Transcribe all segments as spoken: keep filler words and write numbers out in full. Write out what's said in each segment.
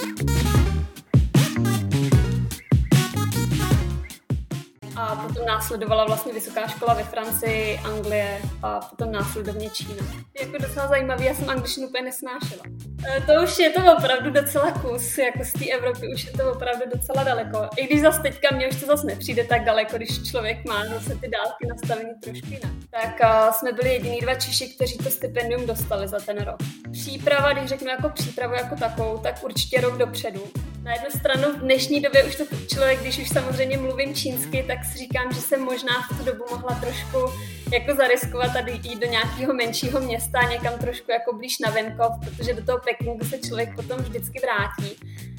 A potom následovala vlastně vysoká škola ve Francii, Anglie a potom následovně Čína. Je jako docela zajímavý, já jsem angličtinu úplně nesnášela. E, to už je to opravdu docela kus, jako z té Evropy už je to opravdu docela daleko. I když zase teďka mě už to zase nepřijde tak daleko, když člověk má zase ty dálky nastavení trošku jinak. Tak a, jsme byli jediní dva Češi, kteří to stipendium dostali za ten rok. Příprava, když řeknu jako přípravu jako takovou, tak určitě rok dopředu. Na jednu stranu v dnešní době už to člověk, když už samozřejmě mluvím čínsky, tak si říkám, že jsem možná v tu dobu mohla trošku jako zariskovat a jít do nějakého menšího města, někam trošku jako blíž na venkov, protože do toho Pekingu se člověk potom vždycky vrátí.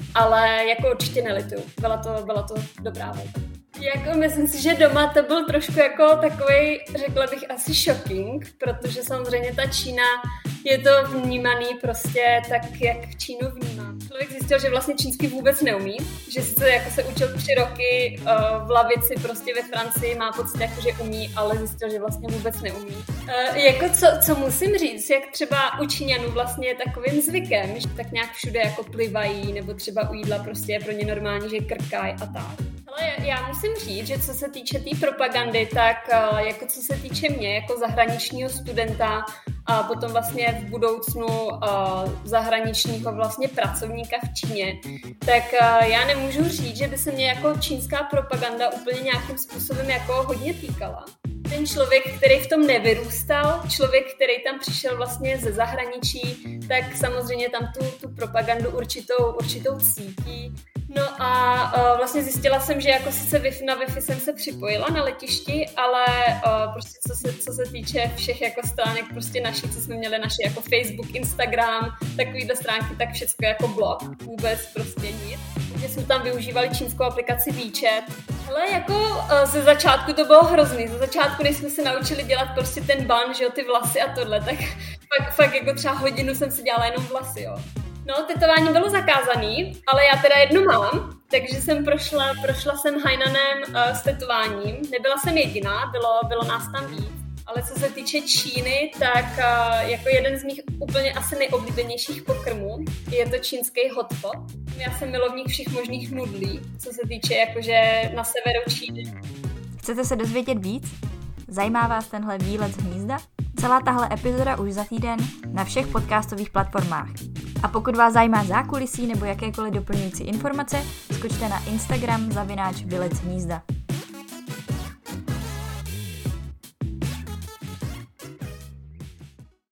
Ale jako určitě nelituju. Byla to, byla to dobrá volba. Jako myslím si, že doma to byl trošku jako takový, řekla bych asi shocking, protože samozřejmě ta Čína je to vnímaný prostě tak, jak Čínu vnímám. Člověk zjistil, že vlastně čínsky vůbec neumí, že sice jako se učil tři roky uh, v lavici prostě ve Francii, má pocit jako, že umí, ale zjistil, že vlastně vůbec neumí. Uh, jako co, co musím říct, jak třeba u Číňanů vlastně je takovým zvykem, že tak nějak všude jako plivají, nebo třeba u jídla prostě je pro ně normální, že krkají a tak. Ale já musím říct, že co se týče té tý propagandy, tak uh, jako co se týče mě, jako zahraničního studenta a potom vlastně v budoucnu uh, zahraničního vlastně pracovníka v Číně, tak uh, já nemůžu říct, že by se mě jako čínská propaganda úplně nějakým způsobem jako hodně týkala. Ten člověk, který v tom nevyrůstal, člověk, který tam přišel vlastně ze zahraničí, tak samozřejmě tam tu, tu propagandu určitou, určitou cítí. No a uh, vlastně zjistila jsem, že jako sice Wi-Fi, na Wi-Fi jsem se připojila na letišti, ale uh, prostě co se, co se týče všech jako stránek prostě naší, co jsme měli naše jako Facebook, Instagram, takovýhle stránky, tak všecko jako blog, vůbec prostě nic. Takže jsme tam využívali čínskou aplikaci WeChat. Ale jako uh, ze začátku to bylo hrozný, ze začátku, než jsme se naučili dělat prostě ten ban, že jo, ty vlasy a tohle, tak fakt, fakt jako třeba hodinu jsem si dělala jenom vlasy, jo. No, tetování bylo zakázaný, ale já teda jednu mám, takže jsem prošla, prošla jsem Hainanem uh, s tetováním. Nebyla jsem jediná, bylo, bylo nás tam víc. Ale co se týče Číny, tak uh, jako jeden z mých úplně asi nejoblíbenějších pokrmů je to čínský hot pot. Já jsem milovník všech možných nudlí, co se týče jakože na severu Číny. Chcete se dozvědět víc? Zajímá vás tenhle výlet z hnízda? Celá tahle epizoda už za týden na všech podcastových platformách. A pokud vás zajímá zákulisí nebo jakékoliv doplňující informace, skočte na Instagram zavináč Vylec z hnízda.